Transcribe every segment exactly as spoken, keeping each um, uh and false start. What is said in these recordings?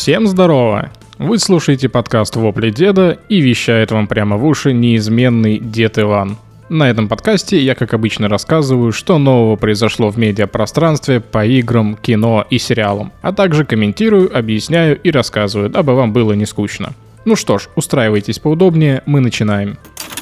Всем здорово! Вы слушаете подкаст «Вопли деда» и вещает вам прямо в уши неизменный дед Иван. На этом подкасте я, как обычно, рассказываю, что нового произошло в медиапространстве по играм, кино и сериалам, а также комментирую, объясняю и рассказываю, дабы вам было не скучно. Ну что ж, устраивайтесь поудобнее, мы начинаем.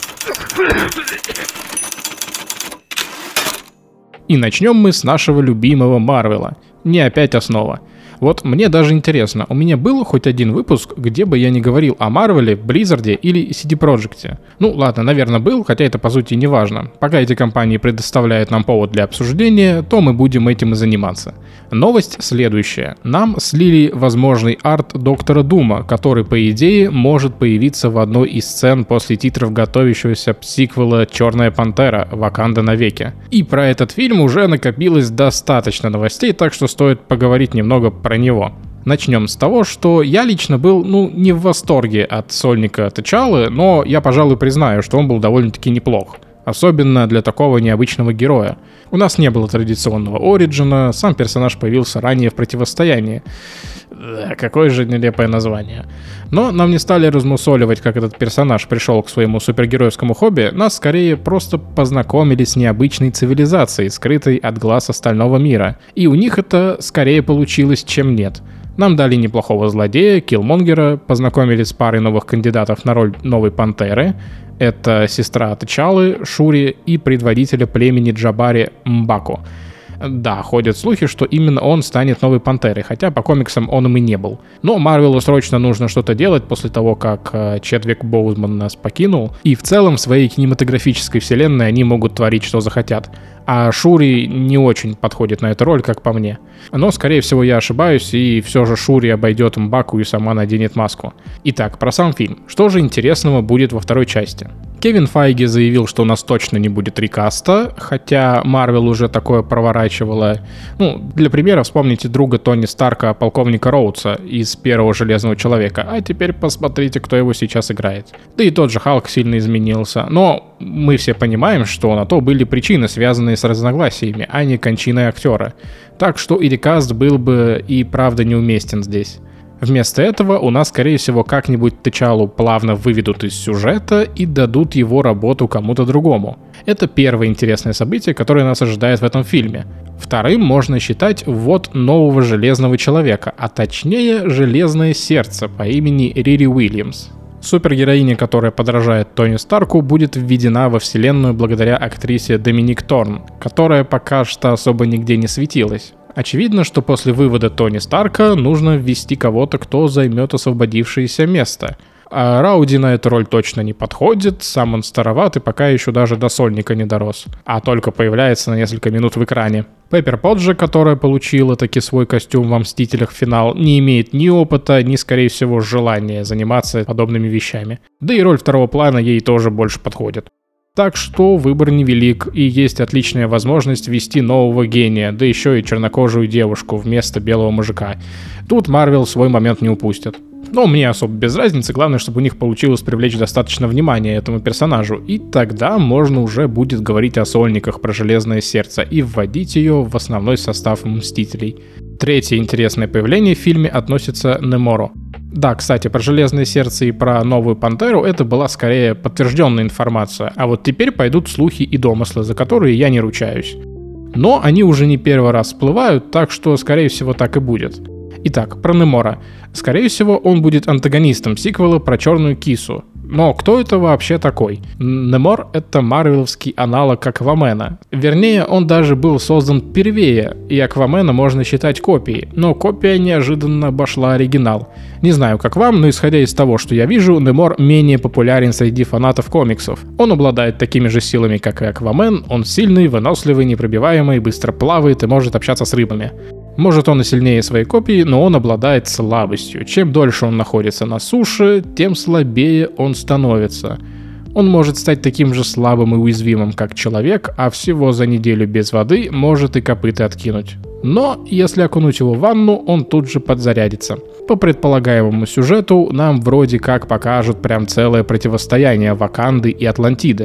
И начнем мы с нашего любимого Марвела. Не опять основа. Вот мне даже интересно, у меня был хоть один выпуск, где бы я не говорил о Марвеле, Близзарде или си ди Projekt'е. Ну ладно, наверное был, хотя это по сути не важно. Пока эти компании предоставляют нам повод для обсуждения, то мы будем этим и заниматься. Новость следующая. Нам слили возможный арт Доктора Дума, который по идее может появиться в одной из сцен после титров готовящегося сиквела «Черная пантера. Ваканда навеки». И про этот фильм уже накопилось достаточно новостей, так что стоит поговорить немного про него. Начнем с того, что я лично был, ну, не в восторге от сольника T'Challa, но я, пожалуй, признаю, что он был довольно-таки неплох. Особенно для такого необычного героя. У нас не было традиционного ориджина, сам персонаж появился ранее в противостоянии. Какое же нелепое название. Но нам не стали размусоливать, как этот персонаж пришел к своему супергеройскому хобби, нас скорее просто познакомили с необычной цивилизацией, скрытой от глаз остального мира. И у них это скорее получилось, чем нет. Нам дали неплохого злодея, Киллмонгера, познакомили с парой новых кандидатов на роль новой пантеры. Это сестра T'Challы, Шури и предводителя племени Джабари Мбаку. Да, ходят слухи, что именно он станет новой пантерой, хотя по комиксам он им и не был. Но Марвелу срочно нужно что-то делать после того, как э, Чедвик Боузман нас покинул. И в целом в своей кинематографической вселенной они могут творить, что захотят. А Шури не очень подходит на эту роль, как по мне. Но, скорее всего, я ошибаюсь, и все же Шури обойдет Мбаку и сама наденет маску. Итак, про сам фильм. Что же интересного будет во второй части? Кевин Файги заявил, что у нас точно не будет рекаста, хотя Марвел уже такое проворачивала. Ну, для примера вспомните друга Тони Старка, полковника Роудса из первого Железного Человека, а теперь посмотрите, кто его сейчас играет. Да и тот же Халк сильно изменился, но мы все понимаем, что на то были причины, связанные с разногласиями, а не кончиной актера. Так что и рекаст был бы и правда неуместен здесь. Вместо этого у нас, скорее всего, как-нибудь T'Challу плавно выведут из сюжета и дадут его работу кому-то другому. Это первое интересное событие, которое нас ожидает в этом фильме. Вторым можно считать ввод нового Железного Человека, а точнее Железное Сердце по имени Рири Уильямс. Супергероиня, которая подражает Тони Старку, будет введена во вселенную благодаря актрисе Доминик Торн, которая пока что особо нигде не светилась. Очевидно, что после вывода Тони Старка нужно ввести кого-то, кто займет освободившееся место. А Рауди на эту роль точно не подходит, сам он староват и пока еще даже до сольника не дорос, а только появляется на несколько минут в экране. Пеппер Потт же, которая получила таки свой костюм во «Мстителях. Финал», не имеет ни опыта, ни, скорее всего, желания заниматься подобными вещами. Да и роль второго плана ей тоже больше подходит. Так что выбор невелик, и есть отличная возможность ввести нового гения, да еще и чернокожую девушку вместо белого мужика. Тут Марвел свой момент не упустят. Но мне особо без разницы, главное, чтобы у них получилось привлечь достаточно внимания этому персонажу, и тогда можно уже будет говорить о сольниках про Железное Сердце и вводить ее в основной состав Мстителей. Третье интересное появление в фильме относится к Неморо. Да, кстати, про Железное Сердце и про новую Пантеру это была скорее подтвержденная информация, а вот теперь пойдут слухи и домыслы, за которые я не ручаюсь. Но они уже не первый раз всплывают, так что, скорее всего, так и будет. Итак, про Немора. Скорее всего, он будет антагонистом сиквела про Черную Кису. Но кто это вообще такой? Немор — это марвеловский аналог Аквамена. Вернее, он даже был создан первее, и Аквамена можно считать копией, но копия неожиданно обошла оригинал. Не знаю, как вам, но исходя из того, что я вижу, Немор менее популярен среди фанатов комиксов. Он обладает такими же силами, как и Аквамен, он сильный, выносливый, непробиваемый, быстро плавает и может общаться с рыбами. Может, он и сильнее своей копии, но он обладает слабостью. Чем дольше он находится на суше, тем слабее он становится. Он может стать таким же слабым и уязвимым, как человек, а всего за неделю без воды может и копыта откинуть. Но если окунуть его в ванну, он тут же подзарядится. По предполагаемому сюжету нам вроде как покажут прям целое противостояние Ваканды и Атлантиды. В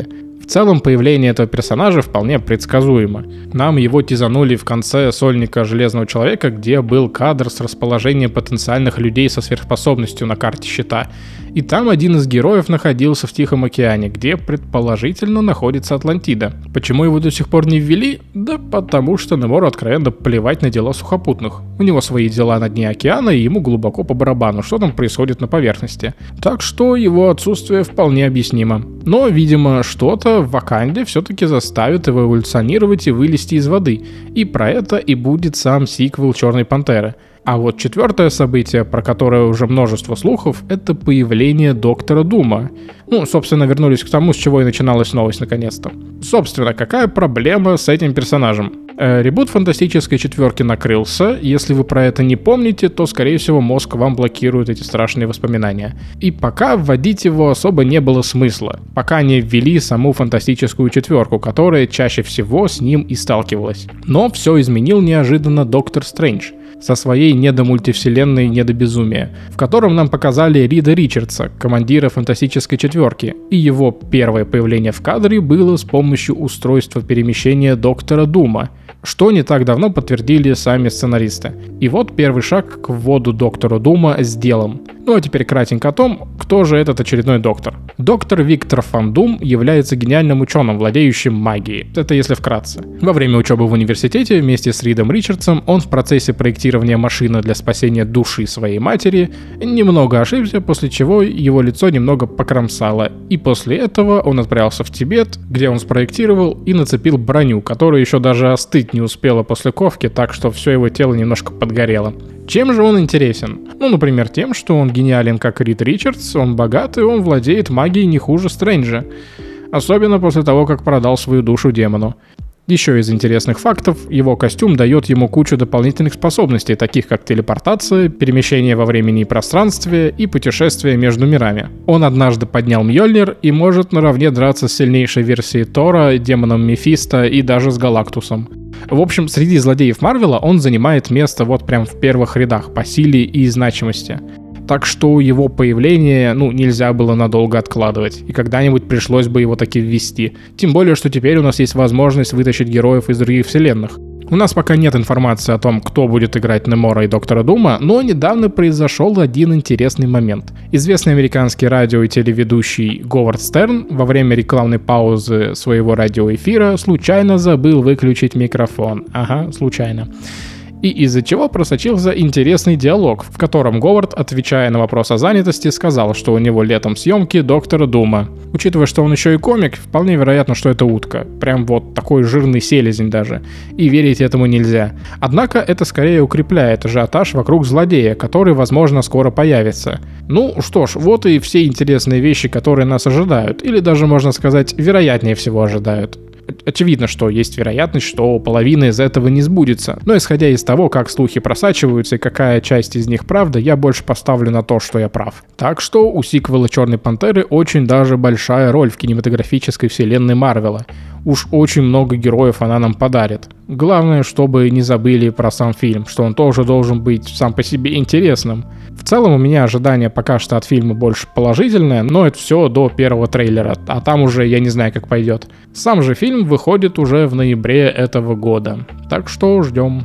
В целом, появление этого персонажа вполне предсказуемо. Нам его тизанули в конце сольника «Железного человека», где был кадр с расположением потенциальных людей со сверхспособностью на карте щита. И там один из героев находился в Тихом океане, где предположительно находится Атлантида. Почему его до сих пор не ввели? Да потому что Немору откровенно плевать на дела сухопутных. У него свои дела на дне океана, и ему глубоко по барабану, что там происходит на поверхности. Так что его отсутствие вполне объяснимо. Но, видимо, что-то в Ваканде все-таки заставит его эволюционировать и вылезти из воды. И про это и будет сам сиквел «Черной пантеры». А вот четвертое событие, про которое уже множество слухов, это появление Доктора Дума. Ну, собственно, вернулись к тому, с чего и начиналась новость наконец-то. Собственно, какая проблема с этим персонажем? Э, ребут фантастической четверки накрылся. Если вы про это не помните, то, скорее всего, мозг вам блокирует эти страшные воспоминания. И пока вводить его особо не было смысла, пока не ввели саму фантастическую четверку, которая чаще всего с ним и сталкивалась. Но все изменил неожиданно Доктор Стрэндж со своей недомультивселенной недобезумия, в котором нам показали Рида Ричардса, командира фантастической четверки, и его первое появление в кадре было с помощью устройства перемещения Доктора Дума, что не так давно подтвердили сами сценаристы. И вот первый шаг к вводу Доктора Дума сделан. Ну а теперь кратенько о том, кто же этот очередной доктор. Доктор Виктор Фан Дум является гениальным ученым, владеющим магией. Это если вкратце. Во время учебы в университете вместе с Ридом Ричардсом он в процессе проектирования машины для спасения души своей матери немного ошибся, после чего его лицо немного покромсало. И после этого он отправился в Тибет, где он спроектировал и нацепил броню, которая еще даже остыть не успела после ковки, так что все его тело немножко подгорело. Чем же он интересен? Ну, например, тем, что он гениален как Рид Ричардс, он богат и он владеет магией не хуже Стрэнджа. Особенно после того, как продал свою душу демону. Еще из интересных фактов, его костюм дает ему кучу дополнительных способностей, таких как телепортация, перемещение во времени и пространстве и путешествие между мирами. Он однажды поднял Мьёльнир и может наравне драться с сильнейшей версией Тора, демоном Мефисто и даже с Галактусом. В общем, среди злодеев Марвела он занимает место вот прям в первых рядах по силе и значимости. Так что его появление, ну, нельзя было надолго откладывать, и когда-нибудь пришлось бы его таки ввести. Тем более, что теперь у нас есть возможность вытащить героев из других вселенных. У нас пока нет информации о том, кто будет играть Немора и Доктора Дума, но недавно произошел один интересный момент. Известный американский радио и телеведущий Говард Стерн во время рекламной паузы своего радиоэфира случайно забыл выключить микрофон. Ага, случайно. И из-за чего просочился интересный диалог, в котором Говард, отвечая на вопрос о занятости, сказал, что у него летом съемки Доктора Дума. Учитывая, что он еще и комик, вполне вероятно, что это утка. Прям вот такой жирный селезень даже. И верить этому нельзя. Однако это скорее укрепляет ажиотаж вокруг злодея, который, возможно, скоро появится. Ну что ж, вот и все интересные вещи, которые нас ожидают. Или даже, можно сказать, вероятнее всего ожидают. Очевидно, что есть вероятность, что половина из этого не сбудется. Но исходя из того, как слухи просачиваются и какая часть из них правда, я больше поставлю на то, что я прав. Так что у сиквела «Черной пантеры» очень даже большая роль в кинематографической вселенной Марвела. Уж очень много героев она нам подарит. Главное, чтобы не забыли про сам фильм, что он тоже должен быть сам по себе интересным. В целом у меня ожидания пока что от фильма больше положительные, но это все до первого трейлера, а там уже я не знаю, как пойдет. Сам же фильм выходит уже в ноябре этого года, так что ждем.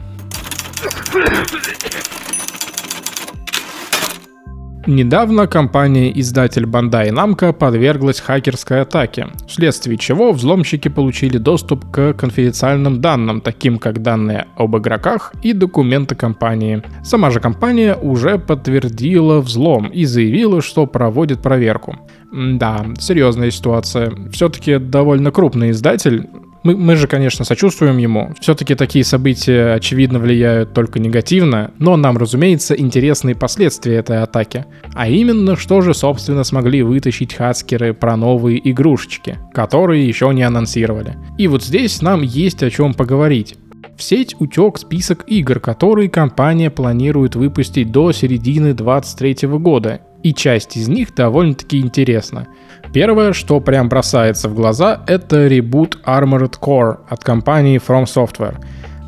Недавно компания-издатель Bandai Namco подверглась хакерской атаке, вследствие чего взломщики получили доступ к конфиденциальным данным, таким как данные об игроках и документы компании. Сама же компания уже подтвердила взлом и заявила, что проводит проверку. Да, серьезная ситуация. Все-таки довольно крупный издатель. Мы, мы же, конечно, сочувствуем ему. Все-таки такие события, очевидно, влияют только негативно, но нам, разумеется, интересны последствия этой атаки. А именно, что же, собственно, смогли вытащить хакеры про новые игрушечки, которые еще не анонсировали. И вот здесь нам есть о чем поговорить. В сеть утек список игр, которые компания планирует выпустить до середины двадцать третьего года, и часть из них довольно-таки интересна. Первое, что прям бросается в глаза, это ребут Armored Core от компании From Software.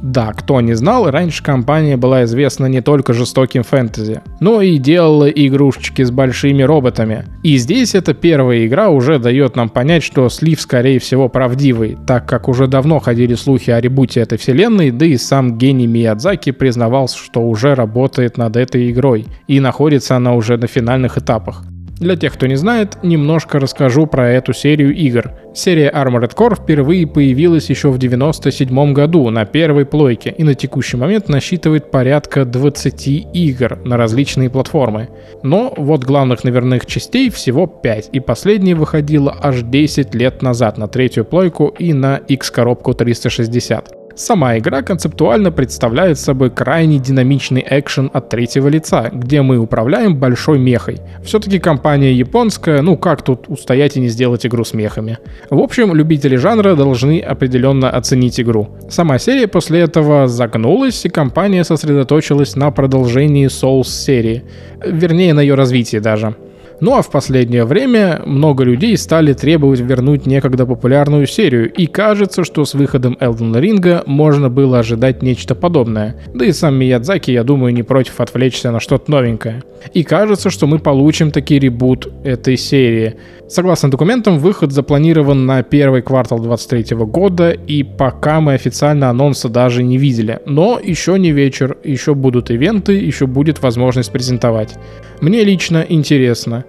Да, кто не знал, раньше компания была известна не только жестоким фэнтези, но и делала игрушечки с большими роботами. И здесь эта первая игра уже дает нам понять, что слив скорее всего правдивый, так как уже давно ходили слухи о ребуте этой вселенной, да и сам гений Миядзаки признавался, что уже работает над этой игрой, и находится она уже на финальных этапах. Для тех, кто не знает, немножко расскажу про эту серию игр. Серия Armored Core впервые появилась еще в девяносто седьмом году на первой плойке и на текущий момент насчитывает порядка двадцати игр на различные платформы. Но вот главных номерных частей всего пять, и последняя выходила аж десять лет назад на третью плойку и на X-коробку триста шестьдесят. Сама игра концептуально представляет собой крайне динамичный экшен от третьего лица, где мы управляем большой мехой. Все-таки компания японская, ну как тут устоять и не сделать игру с мехами. В общем, любители жанра должны определенно оценить игру. Сама серия после этого загнулась, и компания сосредоточилась на продолжении Souls серии, вернее на ее развитии даже. Ну а в последнее время много людей стали требовать вернуть некогда популярную серию, и кажется, что с выходом Elden Ring можно было ожидать нечто подобное. Да и сам Миядзаки, я думаю, не против отвлечься на что-то новенькое. И кажется, что мы получим таки ребут этой серии. Согласно документам, выход запланирован на первый квартал двадцать третьего года, и пока мы официально анонса даже не видели. Но еще не вечер, еще будут ивенты, еще будет возможность презентовать. Мне лично интересно.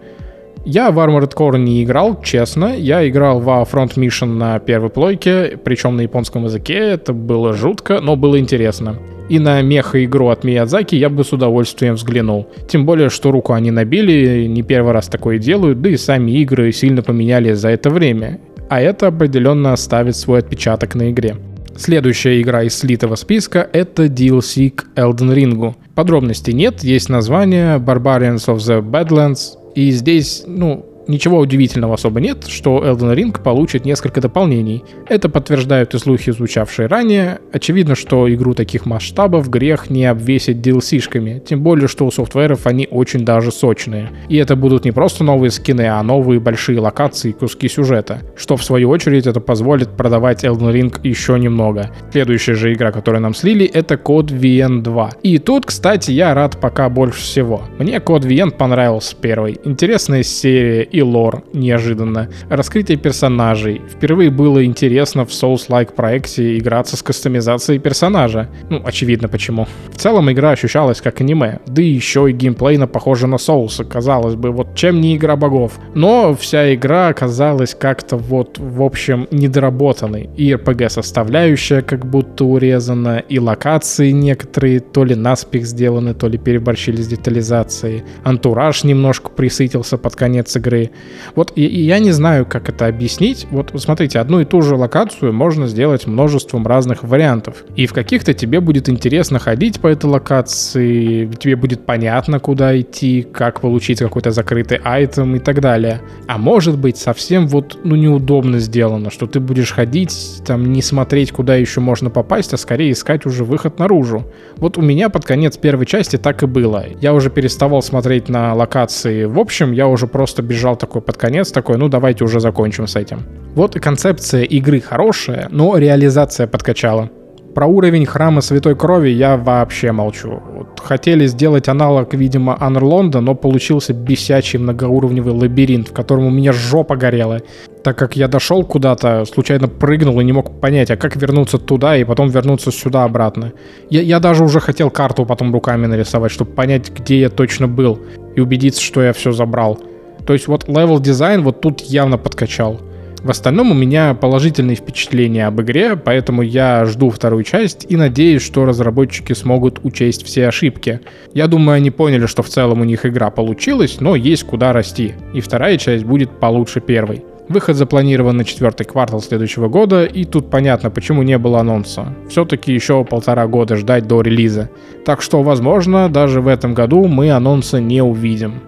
Я в Armored Core не играл, честно. Я играл во Front Mission на первой плойке, причем на японском языке. Это было жутко, но было интересно. И на меха-игру от Миядзаки я бы с удовольствием взглянул. Тем более, что руку они набили, не первый раз такое делают, да и сами игры сильно поменялись за это время. А это определенно оставит свой отпечаток на игре. Следующая игра из слитого списка — это ди эл си к Elden Ring. Подробностей нет, есть название Barbarians of the Badlands, и здесь, ну, ничего удивительного особо нет, что Elden Ring получит несколько дополнений. Это подтверждают и слухи, звучавшие ранее. Очевидно, что игру таких масштабов грех не обвесить ди эл си-шками, тем более, что у софтверов они очень даже сочные. И это будут не просто новые скины, а новые большие локации и куски сюжета, что в свою очередь это позволит продавать Elden Ring еще немного. Следующая же игра, которую нам слили, это Code ви эн два. И тут, кстати, я рад пока больше всего. Мне Code ви эн понравился первый. Интересная серия и лор неожиданно. Раскрытие персонажей. Впервые было интересно в Souls-like проекте играться с кастомизацией персонажа. Ну, очевидно почему. В целом игра ощущалась как аниме. Да и еще и геймплейно похожа на Souls. Казалось бы, вот чем не игра богов. Но вся игра оказалась как-то вот, в общем, недоработанной. И эр пи джи-составляющая как будто урезана, и локации некоторые то ли наспех сделаны, то ли переборщили с детализацией. Антураж немножко присытился под конец игры. Вот и, и я не знаю, как это объяснить. Вот смотрите, одну и ту же локацию можно сделать множеством разных вариантов. И в каких-то тебе будет интересно ходить по этой локации, тебе будет понятно, куда идти, как получить какой-то закрытый айтем и так далее. А может быть, совсем вот, ну, неудобно сделано, что ты будешь ходить, там, не смотреть, куда еще можно попасть, а скорее искать уже выход наружу. Вот у меня под конец первой части так и было. Я уже переставал смотреть на локации. В общем, я уже просто бежал такой под конец, такой, ну давайте уже закончим с этим. Вот и концепция игры хорошая, но реализация подкачала. Про уровень Храма Святой Крови я вообще молчу. Вот хотели сделать аналог, видимо, Анерлонда, но получился бесячий многоуровневый лабиринт, в котором у меня жопа горела. Так как я дошел куда-то, случайно прыгнул и не мог понять, а как вернуться туда и потом вернуться сюда обратно. Я, я даже уже хотел карту потом руками нарисовать, чтобы понять, где я точно был, и убедиться, что я все забрал. То есть вот левел дизайн вот тут явно подкачал. В остальном у меня положительные впечатления об игре, поэтому я жду вторую часть и надеюсь, что разработчики смогут учесть все ошибки. Я думаю, они поняли, что в целом у них игра получилась, но есть куда расти, и вторая часть будет получше первой. Выход запланирован на четвертый квартал следующего года, и тут понятно, почему не было анонса. Все-таки еще полтора года ждать до релиза. Так что, возможно, даже в этом году мы анонса не увидим.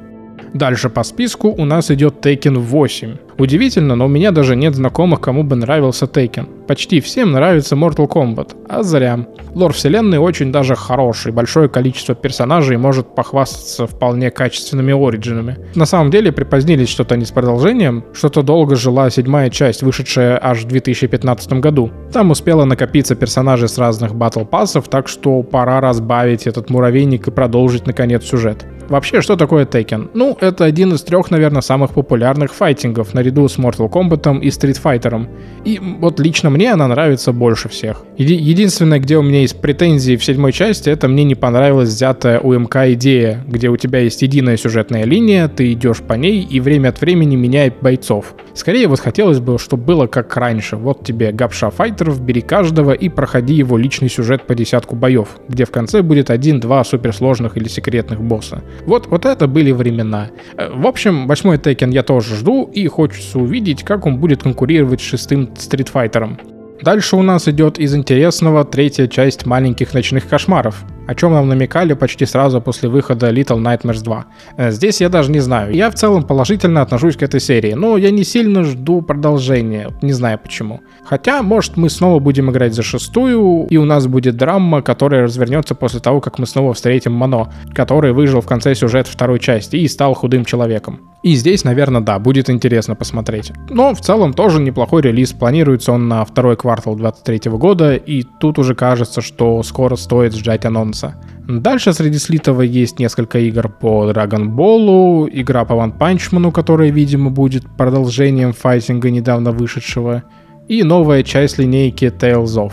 Дальше по списку у нас идет Tekken восемь. Удивительно, но у меня даже нет знакомых, кому бы нравился Tekken. Почти всем нравится Mortal Kombat, а зря. Лор вселенной очень даже хороший, большое количество персонажей может похвастаться вполне качественными ориджинами. На самом деле припозднились что-то не с продолжением, что-то долго жила седьмая часть, вышедшая аж в две тысячи пятнадцатом году. Там успело накопиться персонажей с разных батл пассов, так что пора разбавить этот муравейник и продолжить наконец сюжет. Вообще, что такое Tekken? Ну, это один из трех, наверное, самых популярных файтингов, наряду с Mortal Kombat и Street Fighter. И вот лично мне она нравится больше всех. Еди- единственное, где у меня есть претензии в седьмой части, это мне не понравилась взятая у МК идея, где у тебя есть единая сюжетная линия, ты идешь по ней и время от времени меняет бойцов. Скорее вот хотелось бы, чтобы было как раньше. Вот тебе гапша файтеров, бери каждого и проходи его личный сюжет по десятку боев, где в конце будет один-два суперсложных или секретных босса. Вот, вот это были времена. В общем, восьмой Tekken я тоже жду и хочется увидеть, как он будет конкурировать с шестым Street Fighter. Дальше у нас идет из интересного третья часть «Маленьких ночных кошмаров», о чем нам намекали почти сразу после выхода Little Nightmares два. Здесь я даже не знаю. Я в целом положительно отношусь к этой серии, но я не сильно жду продолжения, не знаю почему. Хотя, может, мы снова будем играть за шестую, и у нас будет драма, которая развернется после того, как мы снова встретим Моно, который выжил в конце сюжета второй части и стал худым человеком. И здесь, наверное, да, будет интересно посмотреть. Но в целом тоже неплохой релиз, планируется он на второй квартал двадцать третьего года, и тут уже кажется, что скоро стоит ждать анонса. Дальше среди слитого есть несколько игр по Dragon Ball, игра по One Punch Man, которая, видимо, будет продолжением файтинга недавно вышедшего, и новая часть линейки Tales of.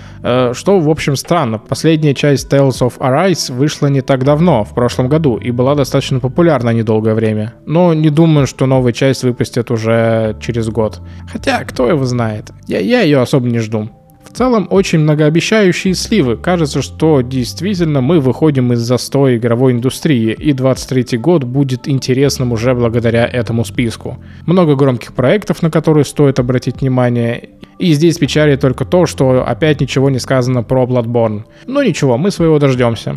Что, в общем, странно. Последняя часть Tales of Arise вышла не так давно, в прошлом году, и была достаточно популярна недолгое время. Но не думаю, что новую часть выпустят уже через год. Хотя, кто его знает. Я, я ее особо не жду. В целом, очень многообещающие сливы. Кажется, что действительно мы выходим из застоя игровой индустрии, и двадцать третий год будет интересным уже благодаря этому списку. Много громких проектов, на которые стоит обратить внимание. И здесь печалит только то, что опять ничего не сказано про Bloodborne. Но ничего, мы своего дождемся.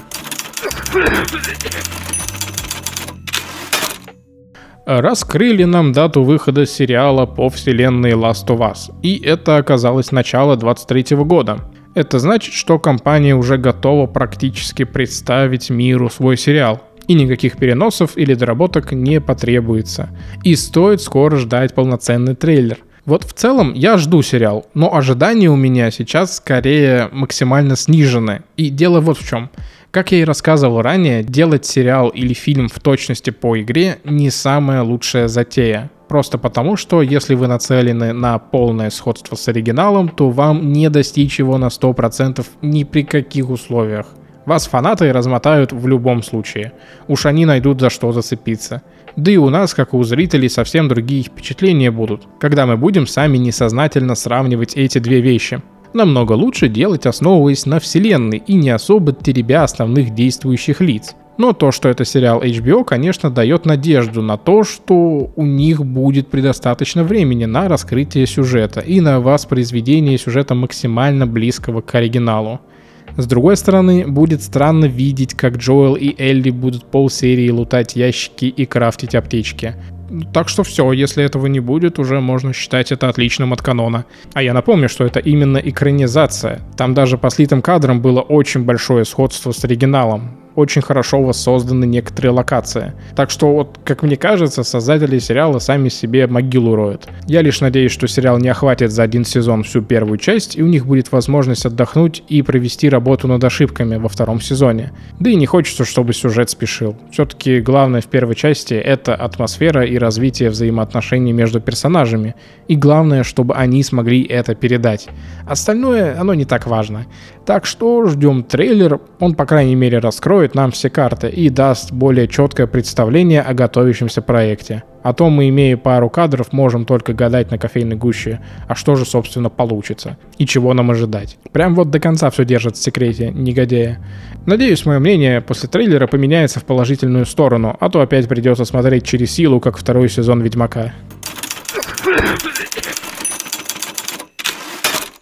Раскрыли нам дату выхода сериала по вселенной Last of Us, и это оказалось начало двадцать третьего года. Это значит, что компания уже готова практически представить миру свой сериал, и никаких переносов или доработок не потребуется. И стоит скоро ждать полноценный трейлер. Вот в целом я жду сериал, но ожидания у меня сейчас скорее максимально снижены. И дело вот в чем. Как я и рассказывал ранее, делать сериал или фильм в точности по игре не самая лучшая затея. Просто потому, что если вы нацелены на полное сходство с оригиналом, то вам не достичь его на сто процентов ни при каких условиях. Вас фанаты размотают в любом случае. Уж они найдут за что зацепиться. Да и у нас, как и у зрителей, совсем другие впечатления будут, когда мы будем сами несознательно сравнивать эти две вещи. Намного лучше делать, основываясь на вселенной и не особо теребя основных действующих лиц. Но то, что это сериал эйч би о, конечно, дает надежду на то, что у них будет предостаточно времени на раскрытие сюжета и на воспроизведение сюжета максимально близкого к оригиналу. С другой стороны, будет странно видеть, как Джоэл и Элли будут полсерии лутать ящики и крафтить аптечки. Так что все, если этого не будет, уже можно считать это отличным от канона. А я напомню, что это именно экранизация. Там даже по слитым кадрам было очень большое сходство с оригиналом. Очень хорошо воссозданы некоторые локации. Так что, вот, как мне кажется, создатели сериала сами себе могилу роют. Я лишь надеюсь, что сериал не охватит за один сезон всю первую часть, и у них будет возможность отдохнуть и провести работу над ошибками во втором сезоне. Да и не хочется, чтобы сюжет спешил. Все-таки главное в первой части — это атмосфера и развитие взаимоотношений между персонажами. И главное, чтобы они смогли это передать. Остальное, оно не так важно. Так что ждем трейлер, он, по крайней мере, раскроет нам все карты и даст более четкое представление о готовящемся проекте. А то мы, имея пару кадров, можем только гадать на кофейной гуще, а что же, собственно, получится, и чего нам ожидать. Прям вот до конца все держат в секрете, негодяя. Надеюсь, мое мнение после трейлера поменяется в положительную сторону, а то опять придется смотреть через силу, как второй сезон Ведьмака.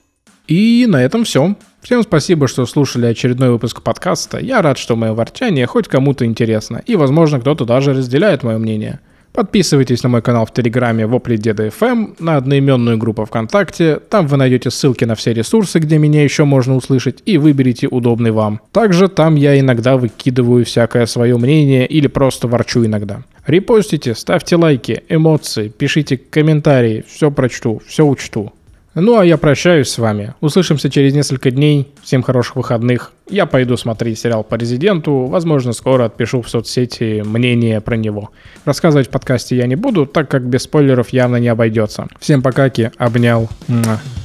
И на этом все. Всем спасибо, что слушали очередной выпуск подкаста. Я рад, что мое ворчание хоть кому-то интересно. И, возможно, кто-то даже разделяет мое мнение. Подписывайтесь на мой канал в Телеграме Вопли Деда эф эм, на одноименную группу ВКонтакте. Там вы найдете ссылки на все ресурсы, где меня еще можно услышать, и выберите удобный вам. Также там я иногда выкидываю всякое свое мнение или просто ворчу иногда. Репостите, ставьте лайки, эмоции, пишите комментарии, все прочту, все учту. Ну а я прощаюсь с вами. Услышимся через несколько дней. Всем хороших выходных. Я пойду смотреть сериал по Резиденту. Возможно, скоро отпишу в соцсети мнение про него. Рассказывать в подкасте я не буду, так как без спойлеров явно не обойдется. Всем покаки, обнял. Муа.